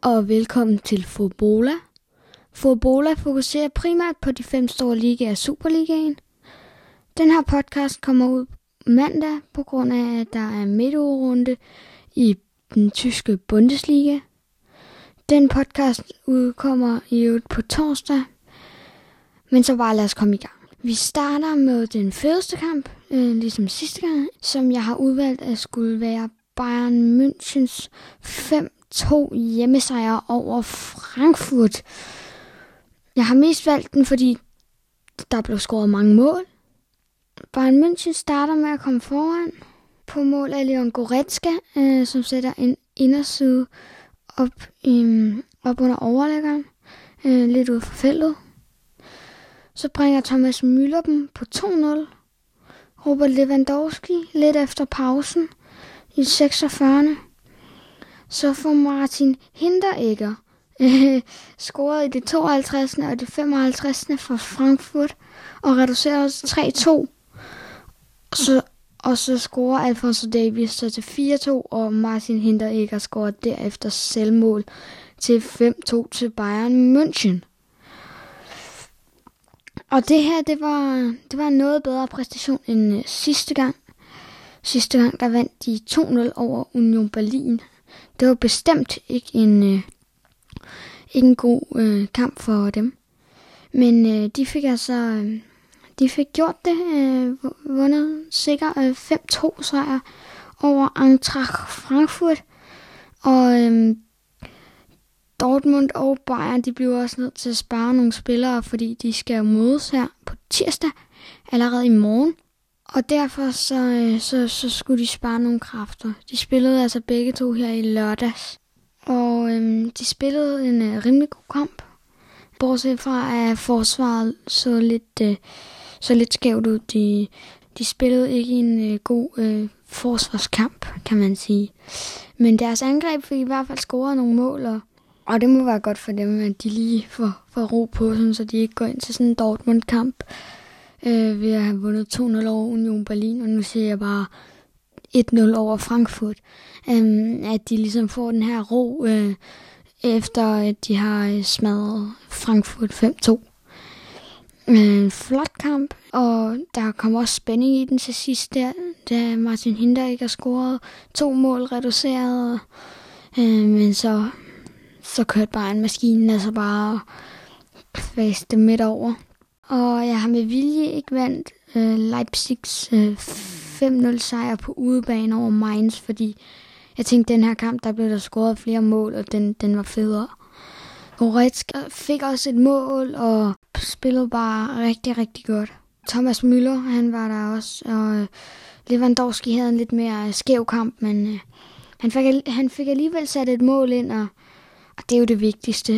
og velkommen til Fobola. Fobola fokuserer primært på de 5 store ligaer af Superligaen. Den her podcast kommer ud mandag på grund af, at der er midtugerunde i den tyske Bundesliga. Den podcast udkommer i øvrigt på torsdag, men så bare lad os komme i gang. Vi starter med den fedeste kamp, ligesom sidste gang, som jeg har udvalgt at skulle være Bayern Münchens 5-2 hjemmesejr over Frankfurt. Jeg har mest valgt den, fordi der blev scoret mange mål. Bayern München starter med at komme foran på mål af Leon Goretzka, som sætter en inderside op under overlæggeren, lidt ud for feltet. Så bringer Thomas Müller dem på 2-0. Robert Lewandowski lidt efter pausen i 46. Så får Martin Hinteregger scoret i det 52. og det 55. for Frankfurt og reducerer til 3-2. Og så scorer Alphonso Davies så til 4-2, og Martin Hinteregger scorer derefter selvmål til 5-2 til Bayern München. Og det her, det var en noget bedre præstation end sidste gang. Sidste gang, der vandt de 2-0 over Union Berlin. Det var bestemt ikke en god kamp for dem. Men de fik gjort det, vundet sikker 5-2 sejr over Eintracht Frankfurt. Og Dortmund og Bayern, de bliver også nødt til at spare nogle spillere, fordi de skal mødes her på tirsdag, allerede i morgen. Og derfor så skulle de spare nogle kræfter. De spillede altså begge to her i lørdags. Og de spillede en rimelig god kamp. Bortset fra, at forsvaret så lidt skævt ud. De spillede ikke en god forsvarskamp, kan man sige. Men deres angreb fik i hvert fald scoret nogle mål, og det må være godt for dem, at de lige får ro på, så de ikke går ind til sådan en Dortmund-kamp ved at have vundet 2-0 over Union Berlin, og nu siger jeg bare 1-0 over Frankfurt. At de ligesom får den her ro, efter at de har smadret Frankfurt 5-2. En flot kamp, og der kom også spænding i den til sidst der, da Martin Hinteregger scorede 2 mål reduceret, men så kørte bare en maskine, altså bare faste midt over. Og jeg har med vilje ikke vandt Leipzigs 5-0 sejr på udebane over Mainz, fordi jeg tænkte, den her kamp, der blev der scoret flere mål, og den var federe. Goretzka fik også et mål, og spillede bare rigtig, rigtig godt. Thomas Müller, han var der også, og Lewandowski havde en lidt mere skæv kamp, men han fik alligevel sat et mål ind, og det er jo det vigtigste,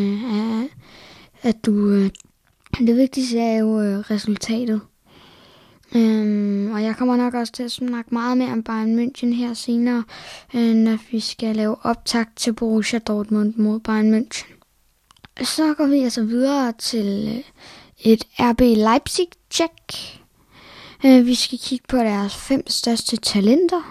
det vigtigste er jo resultatet. Og jeg kommer nok også til at snakke meget mere om Bayern München her senere, når vi skal lave optakt til Borussia Dortmund mod Bayern München. Så går vi altså videre til et RB Leipzig-check. Vi skal kigge på deres 5 største talenter.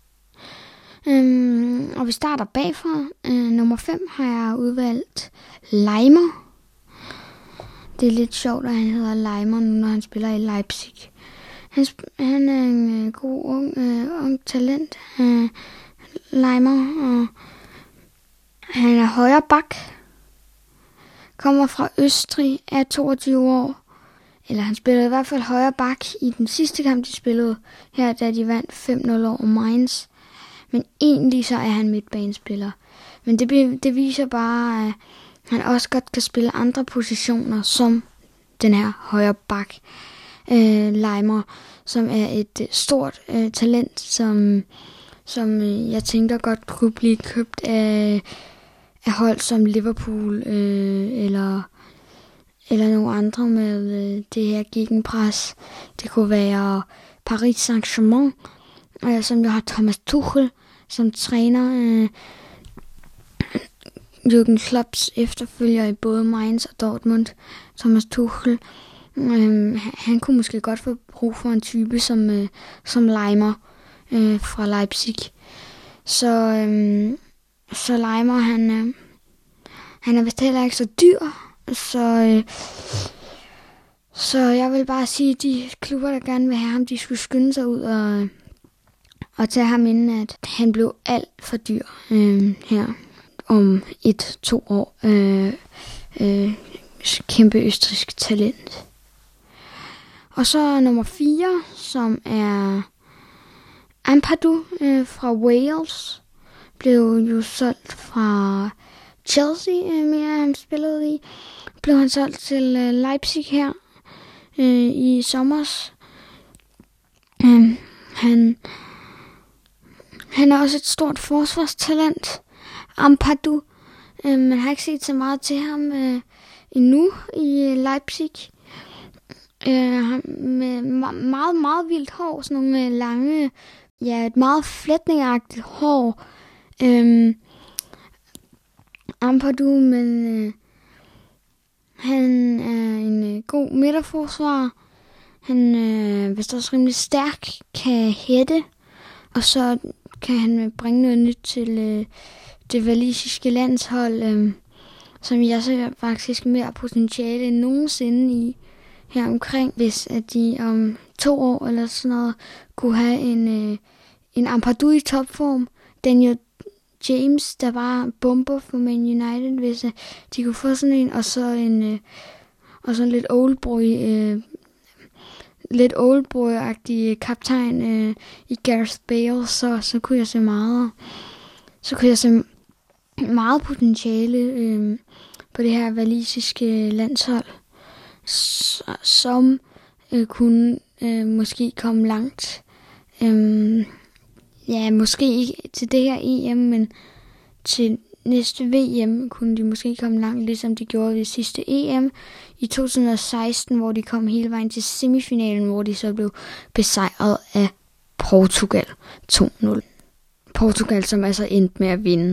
Og vi starter bagfra. Nummer 5 har jeg udvalgt Leimer. Det er lidt sjovt, at han hedder Leimer nu, når han spiller i Leipzig. Han er en god ung talent, Leimer, og han er højre bak. Kommer fra Østrig, er 22 år. Eller han spillede i hvert fald højre bak i den sidste kamp, de spillede her, da de vandt 5-0 over Mainz. Men egentlig så er han midtbanespiller. Men det viser bare, at han også godt kan spille andre positioner, som den her højre bak, Leimer, som er et stort talent, som jeg tænker godt kunne blive købt af hold som Liverpool eller nogle andre med det her gegenpres. Det kunne være Paris Saint-Germain, som jo har Thomas Tuchel som træner. Jürgen Klopps efterfølger i både Mainz og Dortmund, Thomas Tuchel. Han kunne måske godt få brug for en type som Leimer fra Leipzig. Så Leimer, han er vist heller ikke så dyr, så jeg vil bare sige, at de klubber, der gerne vil have ham, de skulle skynde sig ud og tage ham inden, at han blev alt for dyr her om 1-2 år. Kæmpe østrigsk talent. Og så nummer 4, som er Ampadu fra Wales, blev jo solgt fra Chelsea, mere han spillede i. Blev han solgt til Leipzig her i sommers. Han er også et stort forsvarstalent, Ampadu. Man har ikke set så meget til ham endnu i Leipzig. Med meget, meget vildt hår, sådan nogle lange, et meget flætningagtigt hår. Ampadu, men han er en god midterforsvarer. Han er vist også rimelig stærk, kan hætte, og så kan han bringe noget nyt til det walisiske landshold, som jeg ser faktisk mere potentiale end nogensinde i her omkring, hvis at de om 2 år eller sådan noget kunne have en Ampadu i topform. Daniel James, der var bomber for Man United, hvis de kunne få sådan en, og så en lidt oldboy-agtig kaptajn i Gareth Bale, så kunne jeg se meget potentiale på det her walisiske landshold, som kunne måske komme langt. Måske ikke til det her EM, men til næste VM kunne de måske komme langt, ligesom de gjorde ved sidste EM i 2016, hvor de kom hele vejen til semifinalen, hvor de så blev besejret af Portugal 2-0. Portugal, som altså endte med at vinde.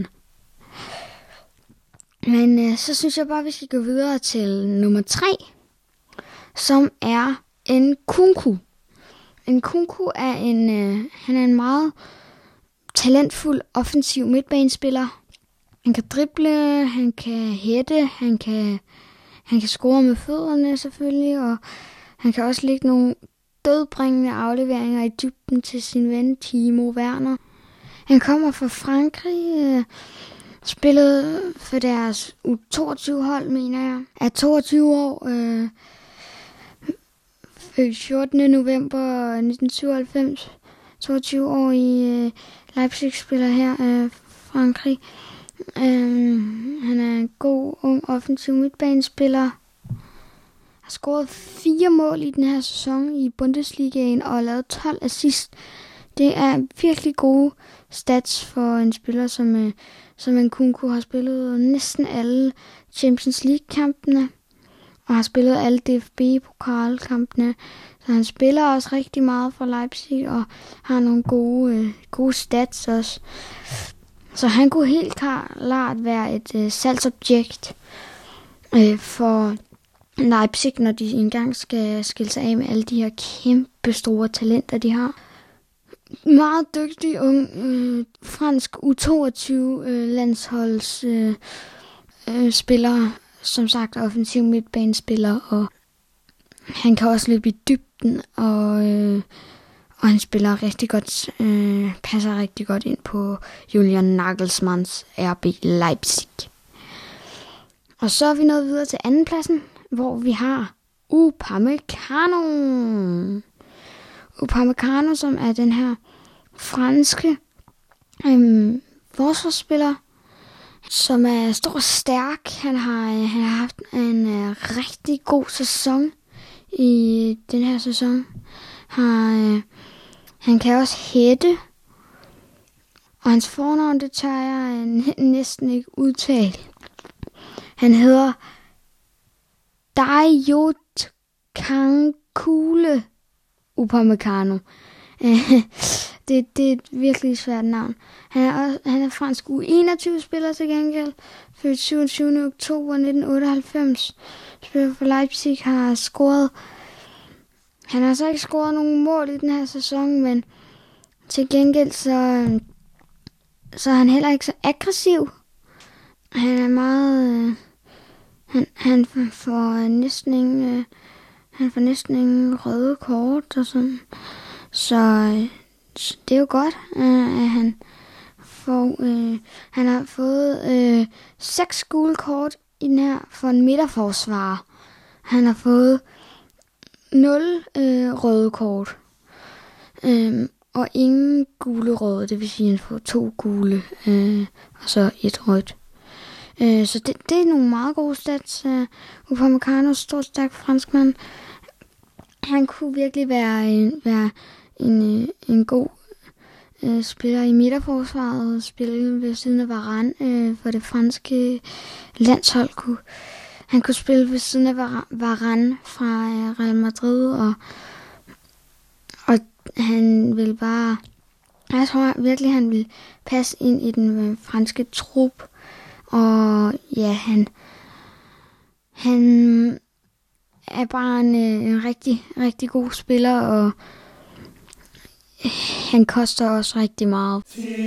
Men så synes jeg bare, at vi skal gå videre til nummer 3, som er Nkunku. Nkunku er han er en meget talentfuld offensiv midtbanespiller. Han kan drible, han kan hætte, han kan score med fødderne selvfølgelig, og han kan også lægge nogle dødbringende afleveringer i dybden til sin ven Timo Werner. Han kommer fra Frankrig, spillede for deres U22-hold, mener jeg. Er 22 år, 14. november 1997. 22 år i Leipzig, spiller her Frankrig. Han er en god, ung, offensiv midtbanespiller. Har scoret 4 mål i den her sæson i Bundesligaen og lavet 12 assist. Det er virkelig gode stats for en spiller, som Nkunku har spillet næsten alle Champions League-kampene og har spillet alle DFB-pokalkampene. Så han spiller også rigtig meget for Leipzig og har nogle gode stats også. Så han kunne helt klart være et salgsobjekt for Leipzig, når de engang skal skille sig af med alle de her kæmpe store talenter, de har. Meget dygtig ung fransk U22 landsholds spiller, som sagt offensiv midtbanespiller, og han kan også løbe i dybden, og han spiller rigtig godt, passer rigtig godt ind på Julian Nagelsmanns RB Leipzig. Og så er vi nået videre til andenpladsen, hvor vi har Upamecano. Upamecano, som er den her franske forsvarsspiller, som er stor og stærk. Han har haft en rigtig god sæson i den her sæson. Han kan også hætte, og hans fornavn, det tør jeg næsten ikke udtale. Han hedder Dayot Kankule Upamecano. Det er et virkelig svært navn. Han er fransk U21-spiller til gengæld. Født 27. oktober 1998. Spiller for Leipzig, har scoret. Han har så ikke scoret nogen mål i den her sæson, men til gengæld så er han heller ikke så aggressiv. Han er meget... Han får næsten ingen røde kort og sådan. Så det er jo godt, at han får... han har fået 6 gule kort i den her for en midterforsvarer. Han har fået 0 røde kort. Og ingen gule røde, det vil sige, at han får 2 gule og så 1 rødt. Så det er nogle meget gode stats. Upamecano, stort stærk franskmand. Han kunne virkelig være en god spiller i midterforsvaret, spille ved siden af Varane for det franske landshold. Han kunne spille ved siden af Varane fra Real Madrid, og han vil bare... Jeg tror virkelig, han vil passe ind i den franske trup. Og ja, han er bare en rigtig, rigtig god spiller, og han koster også rigtig meget.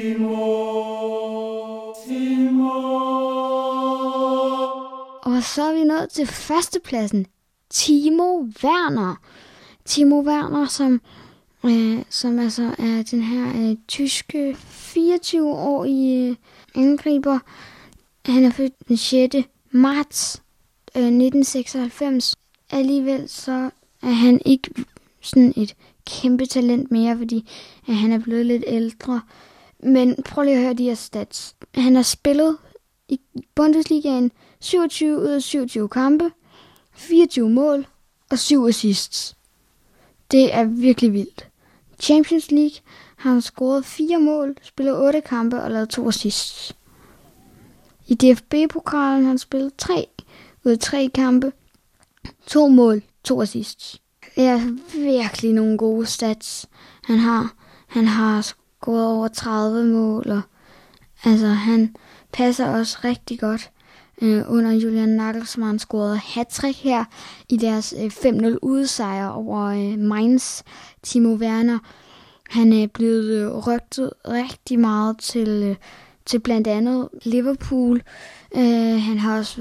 Og så er vi nået til førstepladsen. Timo Werner. Timo Werner, som altså er den her tyske 24-årige angriber. Han er født den 6. marts 1996. Alligevel så er han ikke sådan et kæmpe talent mere, fordi han er blevet lidt ældre. Men prøv lige at høre de her stats. Han har spillet i Bundesligaen 27 ud af 27 kampe, 24 mål og 7 assists. Det er virkelig vildt. Champions League har han scoret 4 mål, spillet 8 kampe og lavet 2 assists. I DFB-pokalen har han spillet 3 ud af 3 kampe, 2 mål, 2 assists. Det er virkelig nogle gode stats, han har. Han har scoret over 30 mål, og altså, han passer også rigtig godt. Under Julian Nagelsmann scorede hattrick her i deres 5-0 udsejr over Mainz. Timo Werner, han er blevet rygtet rigtig meget til blandt andet Liverpool. Han har også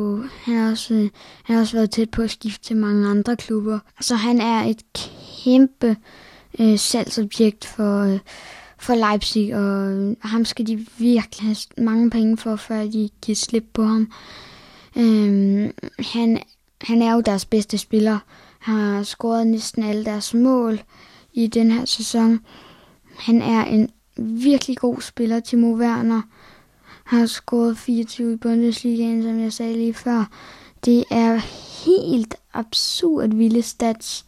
været tæt på at skifte til mange andre klubber. Så han er et kæmpe salgsobjekt for Leipzig, og ham skal de virkelig have mange penge for, før de giver slip på ham. Han er jo deres bedste spiller. Har scoret næsten alle deres mål i den her sæson. Han er en virkelig god spiller. Timo Werner har scoret 24 i Bundesligaen, som jeg sagde lige før. Det er helt absurd vilde stats.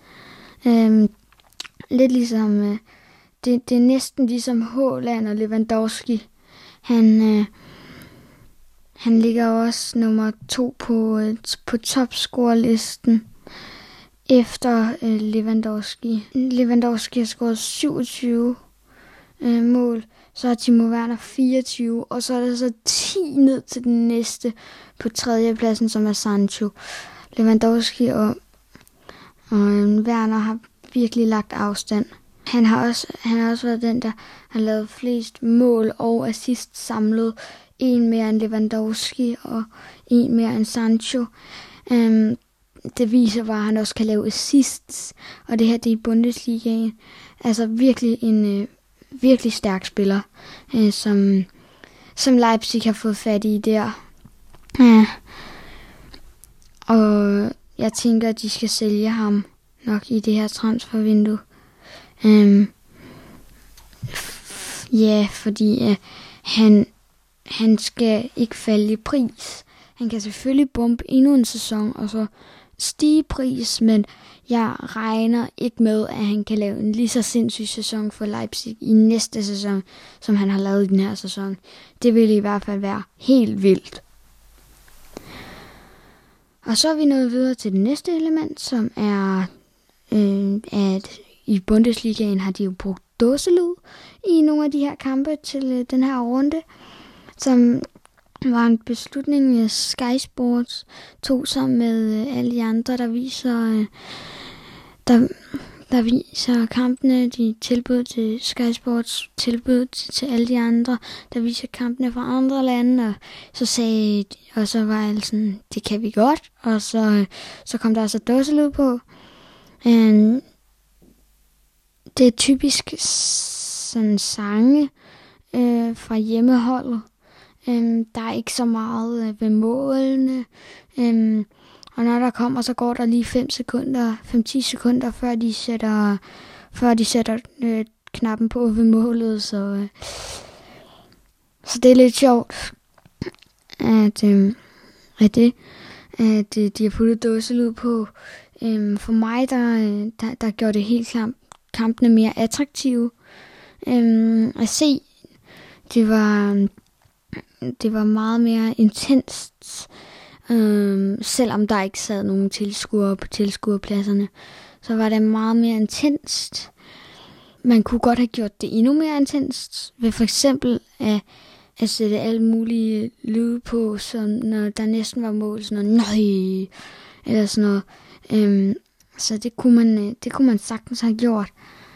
Lidt ligesom... Det er næsten ligesom Haaland og Lewandowski. Han ligger også nummer 2 på topscorelisten efter Lewandowski. Lewandowski har scoret 27 mål, så har Timo Werner 24, og så er der så 10 ned til den næste på 3. pladsen, som er Sancho. Lewandowski og Werner har virkelig lagt afstand. Han har også været den, der har lavet flest mål og assist samlet. En mere end Lewandowski og en mere end Sancho. Det viser bare, at han også kan lave assists, og det her det er i Bundesligaen. Altså virkelig en virkelig stærk spiller, som Leipzig har fået fat i der. Og jeg tænker, at de skal sælge ham nok i det her transfervindue. Fordi han skal ikke falde i pris. Han kan selvfølgelig bombe endnu en sæson og så stige i pris, men jeg regner ikke med, at han kan lave en lige så sindssyg sæson for Leipzig i næste sæson, som han har lavet i den her sæson. Det vil i hvert fald være helt vildt. Og så er vi nået videre til det næste element, som er, at i Bundesligaen har de jo brugt dåselyd i nogle af de her kampe til den her runde, som var en beslutning, Sky Sports tog sammen med alle de andre, der der viser kampene, de tilbud til Sky Sports, tilbud til alle de andre, der viser kampene fra andre lande, og så var jeg sådan, det kan vi godt, og så kom der så dåselyd på. Det er typisk sådan sange fra hjemmeholdet. Der er ikke så meget ved målene. Og når der kommer, så går der lige 5-10 sekunder, før de sætter knappen på ved målet. Så det er lidt sjovt, at de har puttet dåselyd på. For mig, der gjorde det helt klart kampene mere attraktive at se. Det var meget mere intenst, selvom der ikke sad nogen tilskuere på tilskuerpladserne, så var det meget mere intenst. Man kunne godt have gjort det endnu mere intenst, ved for eksempel at sætte alle mulige lyde på, så når der næsten var mål, sådan noget, nøj, eller sådan noget. Så det kunne man sagtens have gjort.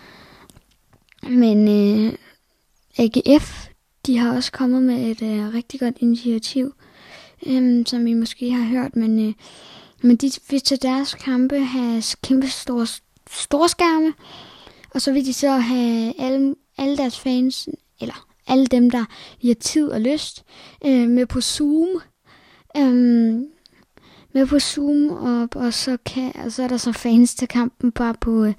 Men AGF, de har også kommet med et rigtig godt initiativ, som I måske har hørt, men de vil til deres kampe have kæmpe store skærme, og så vil de så have alle deres fans, eller alle dem, der har tid og lyst, med på Zoom. Og så er der så fans til kampen bare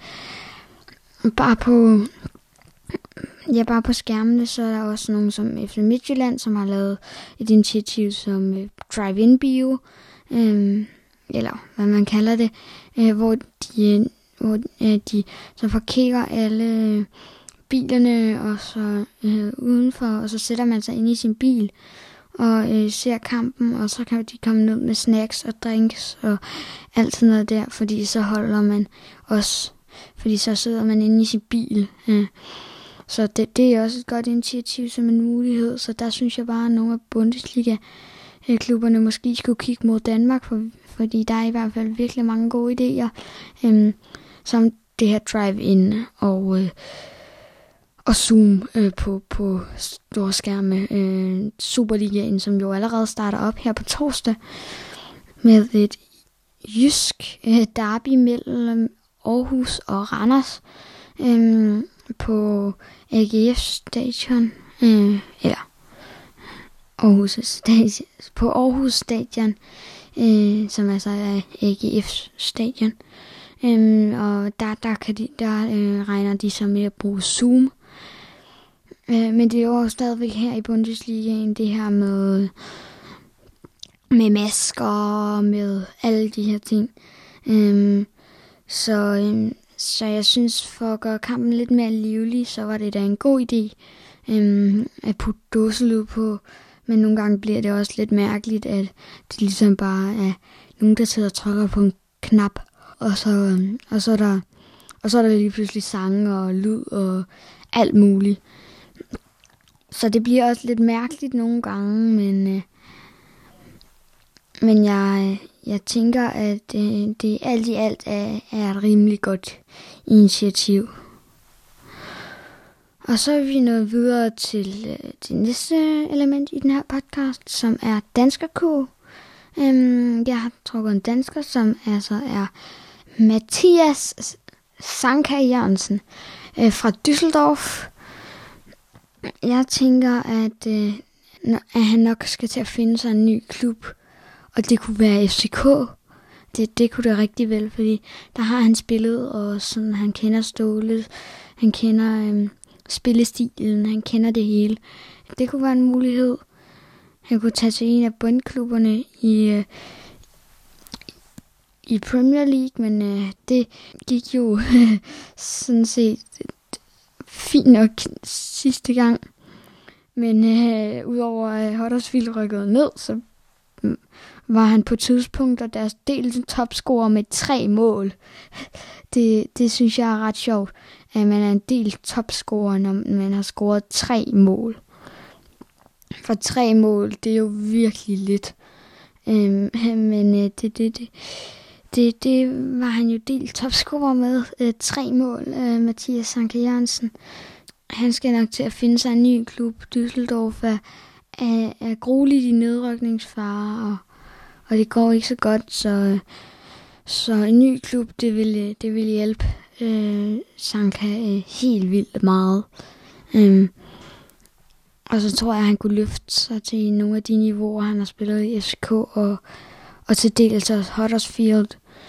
på skærmene. Så er der også nogen som FC Midtjylland, som har lavet et initiativ som drive-in-bio, eller hvad man kalder det, hvor de så parkerer alle bilerne og så udenfor, og så sætter man sig ind i sin bil og ser kampen, og så kan de komme ned med snacks og drinks og alt sådan noget der, fordi så holder man også, fordi så sidder man inde i sin bil. Så det er også et godt initiativ som en mulighed, så der synes jeg bare, at nogle af Bundesliga-klubberne måske skulle kigge mod Danmark, fordi der er i hvert fald virkelig mange gode idéer, som det her drive-in og Zoom på store skærme. Superligaen, som jo allerede starter op her på torsdag, med et jysk derby mellem Aarhus og Randers på AGF Stadion, eller Aarhus Stadion, på Aarhus Stadion, som altså er AGF Stadion. Og der regner de så med at bruge Zoom. Men det er jo stadigvæk her i Bundesligaen, det her med masker og med alle de her ting. Så jeg synes, for at gøre kampen lidt mere livlig, så var det da en god idé at putte dåselyd på. Men nogle gange bliver det også lidt mærkeligt, at det ligesom bare er nogen, der sidder og trykker på en knap. Og så er der lige pludselig sange og lyd og alt muligt. Så det bliver også lidt mærkeligt nogle gange, men jeg tænker, at det alt i alt er et rimelig godt initiativ. Og så er vi nået videre til det næste element i den her podcast, som er danskerkurv. Jeg har trukket en dansker, som altså er Mathias Sanka Jørgensen fra Düsseldorf. Jeg tænker, at han nok skal til at finde sig en ny klub, og det kunne være FCK. Det kunne det rigtig vel, fordi der har han spillet, og sådan, han kender stålet, han kender spillestilen, han kender det hele. Det kunne være en mulighed. Han kunne tage til en af bundklubberne i Premier League, men det gik jo sådan set fint nok sidste gang. Men udover at Huddersfield rykkede ned, så var han på tidspunkt og deres delte topscorer med 3 mål. Det synes jeg er ret sjovt, at man er en delt topscorer, når man har scoret 3 mål. For 3 mål, det er jo virkelig lidt. Men Det var han jo delt topscorer med. 3 mål, Mathias Sanka Jørgensen. Han skal nok til at finde sig en ny klub. Düsseldorf er grueligt i nedrykningsfare, og det går ikke så godt, så en ny klub, det vil hjælpe Sanka helt vildt meget. Og så tror jeg, at han kunne løfte sig til nogle af de niveauer, han har spillet i FCK og til dels også Huddersfield.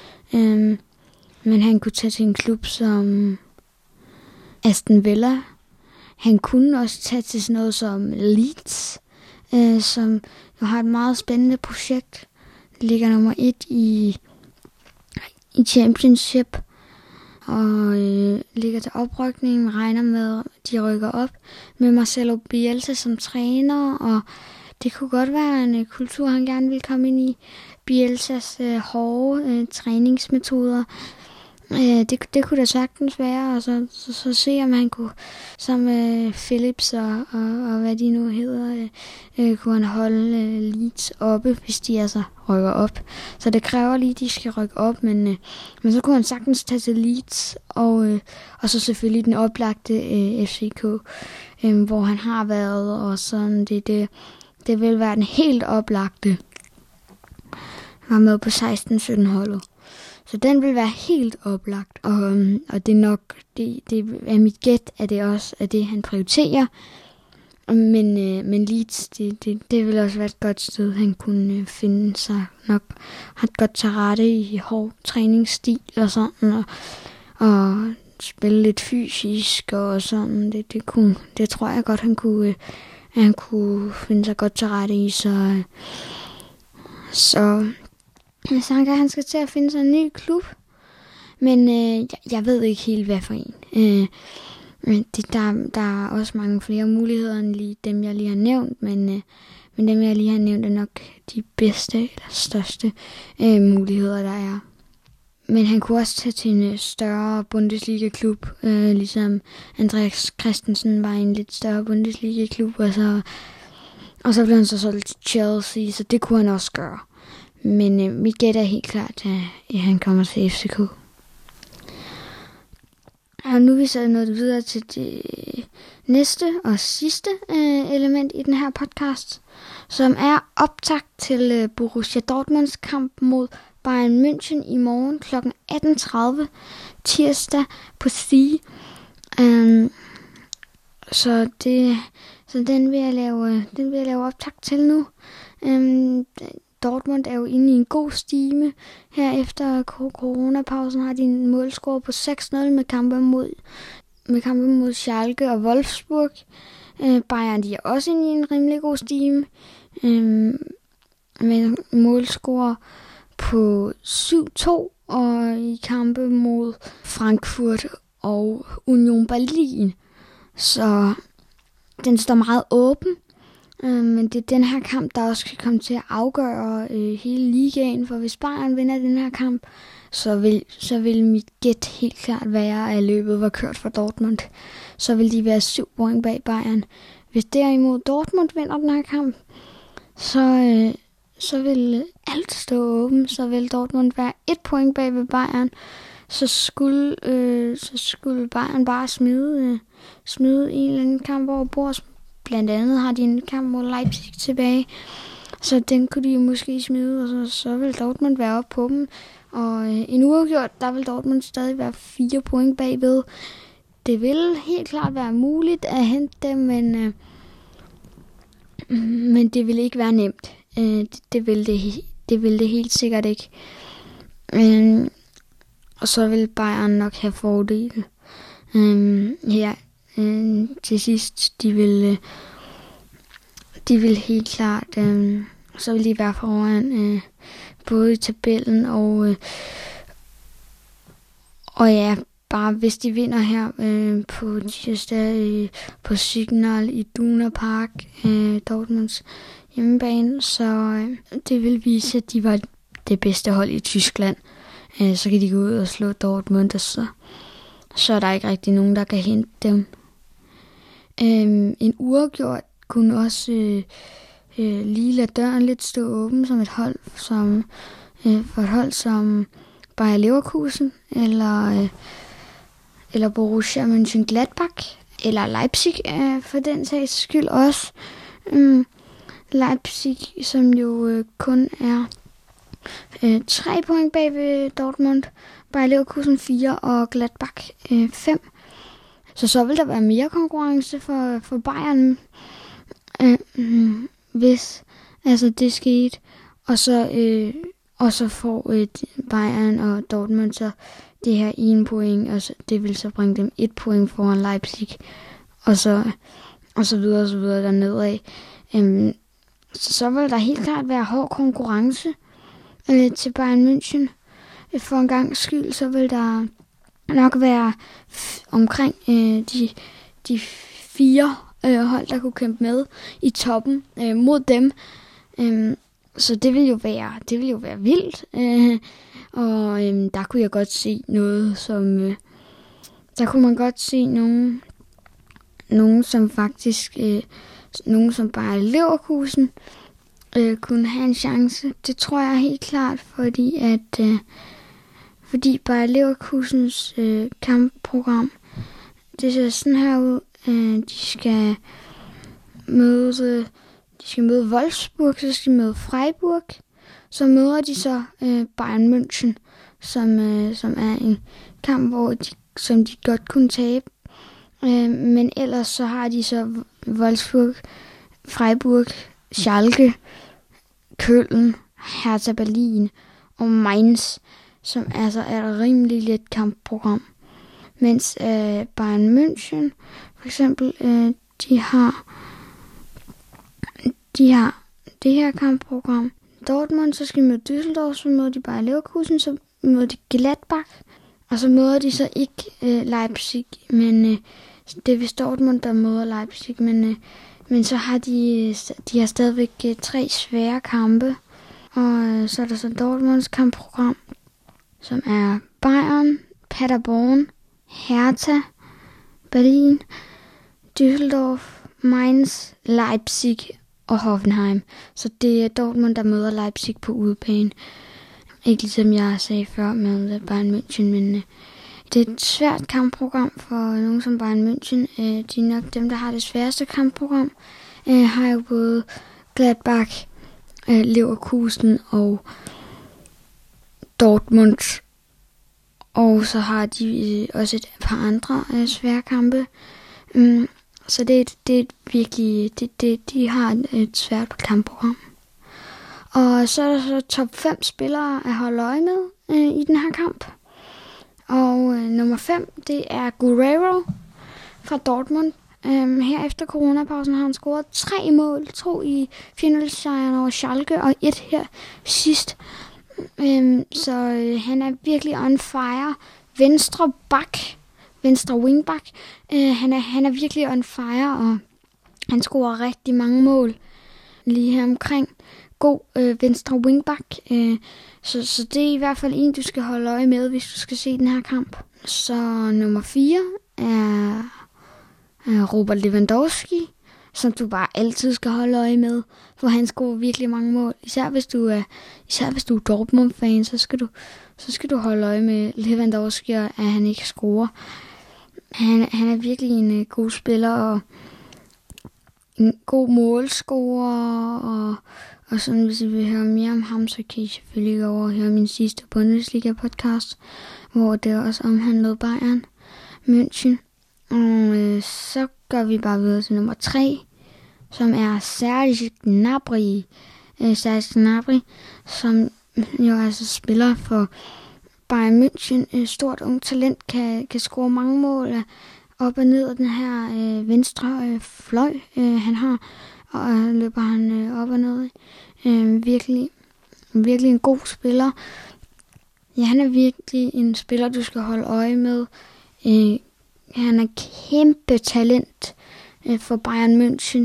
Men han kunne tage til en klub som Aston Villa. Han kunne også tage til sådan noget som Leeds, som jo har et meget spændende projekt. Det ligger nummer 1 i Championship og ligger til oprykning. Man regner med, at de rykker op med Marcelo Bielsa som træner, og det kunne godt være en kultur, han gerne ville komme ind i. Bielsas hårde træningsmetoder. Det kunne da sagtens være, og så se, om han kunne, sammen med Phillips og hvad de nu hedder, kunne han holde Leeds oppe, hvis de altså rykker op. Så det kræver lige, at de skal rykke op, men så kunne han sagtens tage til Leeds, og så selvfølgelig den oplagte FCK, hvor han har været, og sådan det vil være den helt oplagte. Han var med på 16-17 holdet. Så den vil være helt oplagt, og det er nok, det er mit gæt, at det også er det, han prioriterer. Men Leeds, det vil også være et godt sted, han kunne finde sig nok. Har et godt til rette i hård træningsstil og sådan, og spille lidt fysisk og sådan. Det tror jeg godt, han kunne finde sig godt til rette i, så Sanka, han skal til at finde sig en ny klub. Men jeg ved ikke helt, hvad for en. Der er også mange flere muligheder end lige dem, jeg lige har nævnt. Men dem, jeg lige har nævnt, er nok de bedste eller største muligheder, der er. Men han kunne også tage til en større Bundesliga-klub, ligesom Andreas Christensen var i en lidt større Bundesliga-klub. Og så blev han så solgt til Chelsea, så det kunne han også gøre. Men mit gæt er helt klart, at han kommer til FCK. Og nu er vi så nået videre til det næste og sidste element i den her podcast, som er optakt til Borussia Dortmunds kamp mod Bayern München i morgen kl. 18:30 tirsdag på Sea. Så den vil jeg lave optakt til nu. Dortmund er jo inde i en god stime. Her efter coronapausen har de en målscore på 6-0 med kampe mod Schalke og Wolfsburg. Bayern, de er også inde i en rimelig god stime. Med målscore på 7-2 og i kampe mod Frankfurt og Union Berlin. Så den står meget åben. Men det er den her kamp, der også kan komme til at afgøre hele ligaen. For hvis Bayern vinder den her kamp, så vil mit gæt helt klart være, at løbet var kørt for Dortmund. Så vil de være 7 point bag Bayern. Hvis derimod Dortmund vinder den her kamp, så vil alt stå åben. Så vil Dortmund være 1 point bag ved Bayern. Så skulle Bayern bare smide en eller anden kamp over bord. Blandt andet har de en kamp mod Leipzig tilbage, så den kunne de måske smide, og så vil Dortmund være oppe på dem. Og en uafgjort, der vil Dortmund stadig være 4 point bagved. Det vil helt klart være muligt at hente dem, men det vil ikke være nemt. Det vil det helt sikkert ikke. Og så vil Bayern nok have fordel. Her til sidst, de vil helt klart, så vil de være foran både i tabellen og ja, bare hvis de vinder her på tirsdag på Signal i Iduna Park, Dortmunds hjemmebane, så det vil vise, at de var det bedste hold i Tyskland. Så kan de gå ud og slå Dortmund, og så er der ikke rigtig nogen, der kan hente dem. En uafgjort kunne også lige lade døren lidt stå åben som et hold, for et hold som Bayer Leverkusen, eller Borussia Mönchengladbach, eller Leipzig for den sags skyld også. Leipzig, som jo kun er 3 point bag ved Dortmund, Bayer Leverkusen 4 og Gladbach 5. Så vil der være mere konkurrence for Bayern, hvis det skete. Og så får Bayern og Dortmund så det her 1 point, og så, det vil så bringe dem 1 point foran Leipzig, og så videre dernedad. Så vil der helt klart være hård konkurrence til Bayern München. For en gang skyld, så vil der nok være omkring de 4 hold, der kunne kæmpe med i toppen mod dem. Så det vil jo være vildt. Og der kunne jeg godt se noget som der kunne man godt se nogen som faktisk nogen som Bayer Leverkusen kunne have en chance. Det tror jeg helt klart, fordi Bayer Leverkusens kampprogram, det ser sådan her ud. De skal møde Wolfsburg, så skal de møde Freiburg. Så møder de så Bayern München, som er en kamp, som de godt kunne tabe. Men ellers så har de så Wolfsburg, Freiburg, Schalke, Köln, Hertha Berlin og Mainz, som altså er et rimelig let kampprogram. Mens Bayern München for eksempel, de har det her kampprogram. Dortmund, så skal de møde Düsseldorf, så møder de Bayer Leverkusen, så møder de Gladbach, og så møder de så ikke Leipzig, men det er vist Dortmund, der møder Leipzig, men så har de har stadigvæk 3 svære kampe, og så er der så Dortmunds kampprogram, som er Bayern, Paderborn, Hertha, Berlin, Düsseldorf, Mainz, Leipzig og Hoffenheim. Så det er Dortmund, der møder Leipzig på udebane. Ikke ligesom jeg sagde før med Bayern München, men det er et svært kampprogram for nogen som Bayern München. De er nok dem, der har det sværeste kampprogram. Har jo både Gladbach, Leverkusen og Dortmund. Og så har de også et par andre svære kampe. Så det er virkelig, de har et svært kampprogram. Og så er der så top 5 spillere at holde øje med i den her kamp. Og nummer 5, det er Guerrero fra Dortmund. Her efter coronapausen har han scoret 3 mål. 2 i 4-0-sejren over Schalke og 1 her sidst. Så han er virkelig on fire. Venstre wingback. Han er virkelig on fire, og han scorer rigtig mange mål lige her omkring. God venstre wingback. Så det er i hvert fald en, du skal holde øje med, hvis du skal se den her kamp. Så nummer 4 er Robert Lewandowski, som du bare altid skal holde øje med, for han scorer virkelig mange mål. Især hvis du er Dortmund-fan, så skal du holde øje med Lewandowski, og at han ikke scorer. Han er virkelig en god spiller, og en god målscorer, og sådan, hvis I vil høre mere om ham, så kan I selvfølgelig gå over og høre min sidste Bundesliga-podcast, hvor det også omhandlede Bayern München. Og så går vi bare videre til nummer 3, som er Serge Gnabry. Som jo altså spiller for Bayern München. Et stort ung talent, kan score mange mål op og ned af den her venstre fløj, han har. Og løber han op og ned. Virkelig en god spiller. Ja, han er virkelig en spiller, du skal holde øje med. Han er kæmpe talent for Bayern München.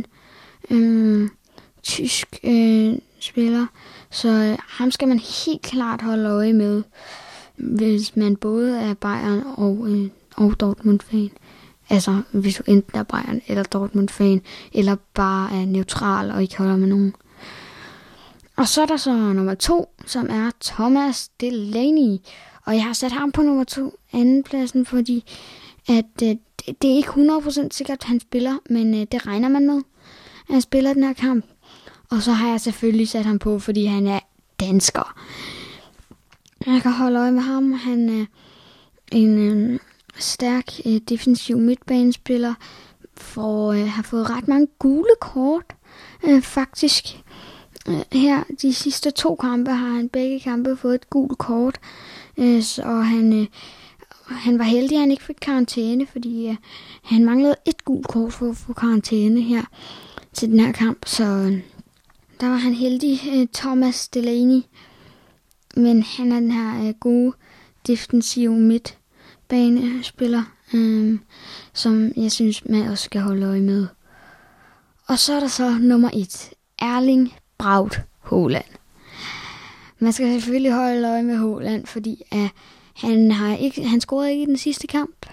Tysk spiller. Så ham skal man helt klart holde øje med, hvis man både er Bayern og Dortmund-fan. Altså, hvis du enten er Bayern eller Dortmund-fan, eller bare er neutral og ikke holder med nogen. Og så er der så nummer 2, som er Thomas Delaney. Og jeg har sat ham på nummer 2, andenpladsen, fordi at det er ikke 100% sikkert, at han spiller, men det regner man med, at han spiller den her kamp. Og så har jeg selvfølgelig sat ham på, fordi han er dansker. Jeg kan holde øje med ham. Han er en stærk defensiv midtbanespiller, har fået ret mange gule kort, faktisk. Her, de sidste 2 kampe, har han begge kampe fået et gult kort. Så han var heldig, at han ikke fik karantæne, fordi han manglede et gult kort for at få karantæne her til den her kamp. Så der var han heldig, Thomas Delaney. Men han er den her gode defensive midtbanespiller, som jeg synes, man også skal holde øje med. Og så er der så nummer 1, Erling Braut Haaland. Man skal selvfølgelig holde øje med Haaland, fordi han scorede ikke i den sidste kamp.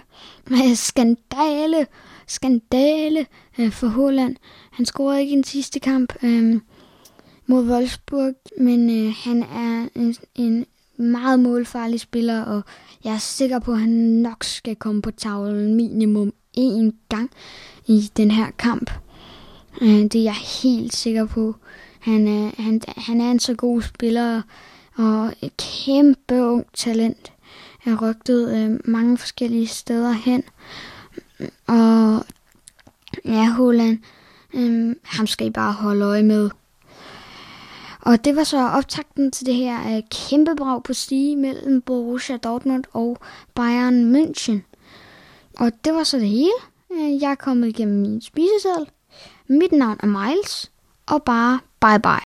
Skandale for Haaland. Han scorede ikke i den sidste kamp mod Wolfsburg, men han er en meget målfarlig spiller, og jeg er sikker på, at han nok skal komme på tavlen minimum 1 gang i den her kamp. Det er jeg helt sikker på. Han er en så god spiller, og et kæmpe ung talent. Er rygtet mange forskellige steder hen. Og ja, Haaland, ham skal I bare holde øje med. Og det var så optakten til det her kæmpe brag på stige mellem Borussia Dortmund og Bayern München. Og det var så det hele. Jeg er kommet igennem min spiseseddel. Mit navn er Miles, og bare bye bye.